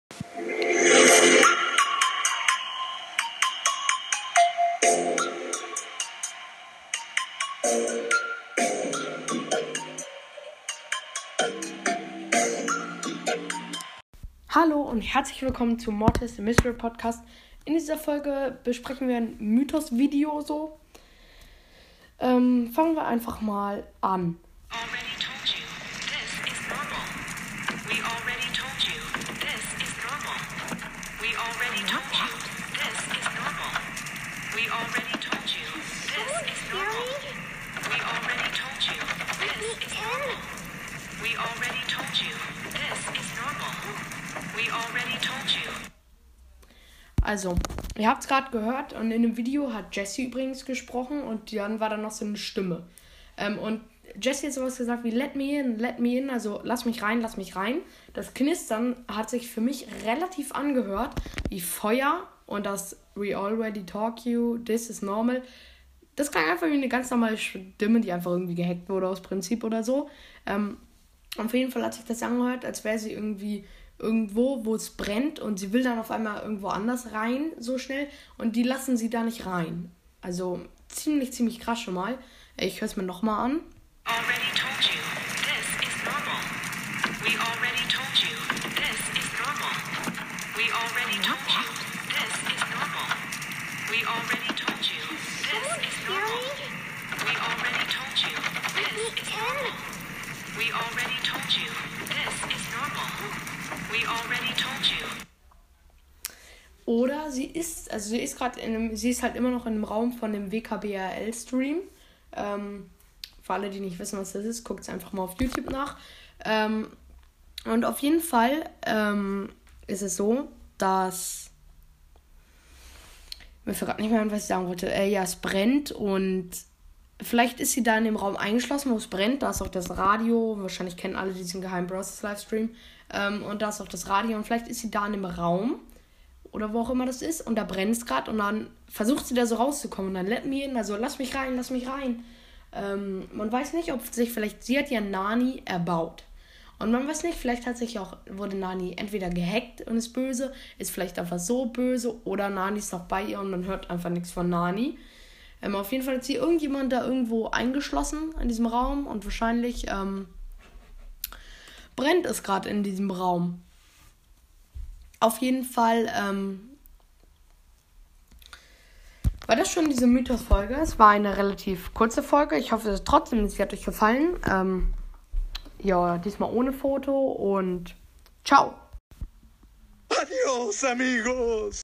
Hallo und herzlich willkommen zu Mortis, the Mystery Podcast. In dieser Folge besprechen wir ein Mythos-Video so. Fangen wir einfach mal an. Also, ihr habt es gerade gehört und in dem Video hat Jessie übrigens gesprochen und dann war da noch so eine Stimme. Und Jessie hat sowas gesagt wie let me in, also lass mich rein. Das Knistern hat sich für mich relativ angehört wie Feuer und das we already talk you, this is normal. Das klang einfach wie eine ganz normale Stimme, die einfach irgendwie gehackt wurde aus Prinzip oder so. Auf jeden Fall hat sich das angehört, als wäre sie irgendwie irgendwo, wo es brennt und sie will dann auf einmal irgendwo anders rein, so schnell, und die lassen sie da nicht rein. Also ziemlich krass schon mal. Ich höre es mir nochmal an. Oder sie ist halt immer noch in einem Raum von dem WKBRL-Stream. Für alle, die nicht wissen, was das ist, guckt es einfach mal auf YouTube nach. Und auf jeden Fall ist es so, dass mir fällt gerade nicht mehr an, was ich sagen wollte. Es brennt und vielleicht ist sie da in dem Raum eingeschlossen, wo es brennt. Da ist auch das Radio. Wahrscheinlich kennen alle diesen geheimen Browser-Livestream. Und da ist auch das Radio. Und vielleicht ist sie da in dem Raum oder wo auch immer das ist. Und da brennt es gerade. Und dann versucht sie da so rauszukommen. Und dann let me in. Also lass mich rein. Man weiß nicht, ob sich vielleicht... Sie hat ja Nani erbaut. Und man weiß nicht, vielleicht wurde Nani entweder gehackt und ist böse. Ist vielleicht einfach so böse. Oder Nani ist noch bei ihr und man hört einfach nichts von Nani. Auf jeden Fall hat sie irgendjemand da irgendwo eingeschlossen in diesem Raum und wahrscheinlich brennt es gerade in diesem Raum. Auf jeden Fall war das schon diese Mythos-Folge. Es war eine relativ kurze Folge. Ich hoffe trotzdem, sie hat euch gefallen. Diesmal ohne Foto und ciao. Adios, amigos.